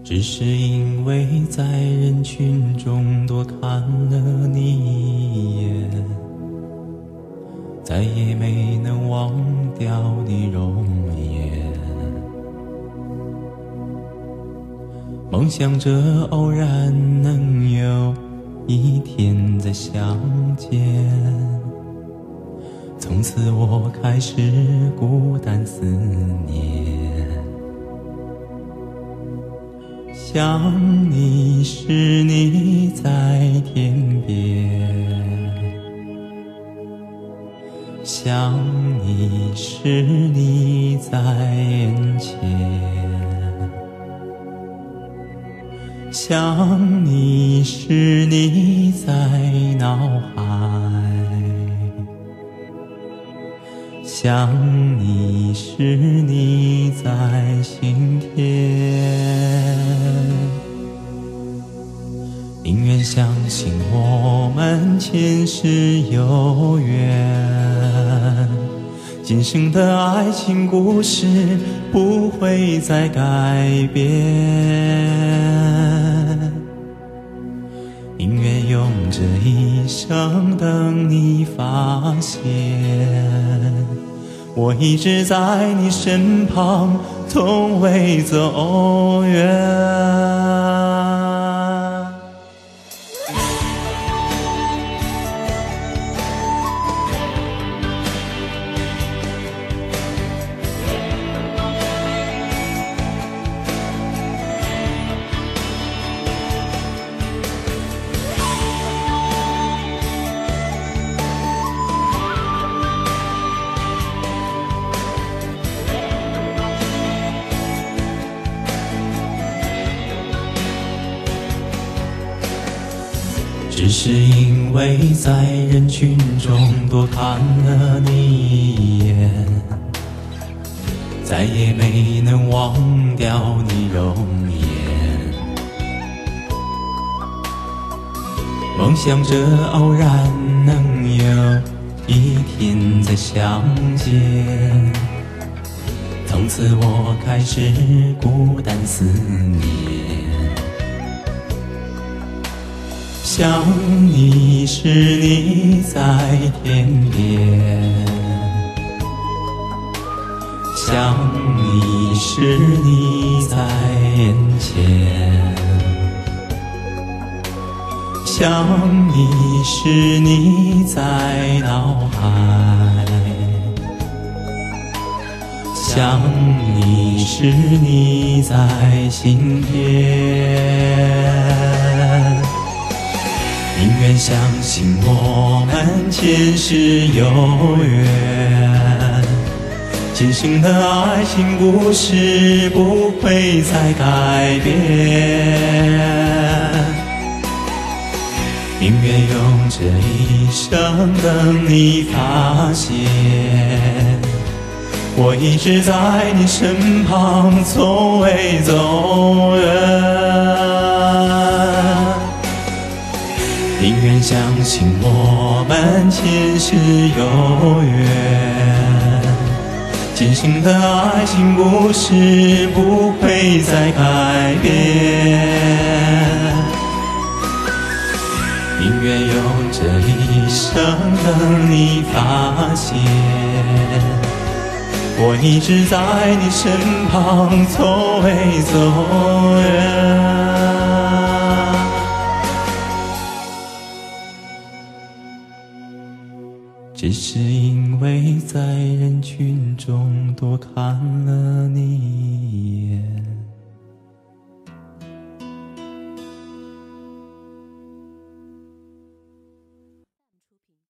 只是因为在人群中多看了你一眼，再也没能忘掉你容颜。梦想着偶然能有一天再相见，从此我开始孤单思念。想你时你在天边，想你时你在眼前，想你时你在脑海，想你时你在心田。宁愿相信我们前世有缘，今生的爱情故事不会再改变。宁愿用这一生等你发现，我一直在你身旁，从未走远。只是因为在人群中多看了你一眼，再也没能忘掉你容颜。梦想着偶然能有一天再相见，从此我开始孤单思念。想你时你在天边，想你时你在眼前，想你时你在脑海，想你时你在心田。宁愿相信我们前世有缘，今生的爱情故事不会再改变。宁愿用这一生等你发现，我一直在你身旁，从未走远。宁愿相信我们前世有缘，今生的爱情故事不会再改变。宁愿用这一生等你发现，我一直在你身旁，从未走远。只是因为在人群中多看了你一眼。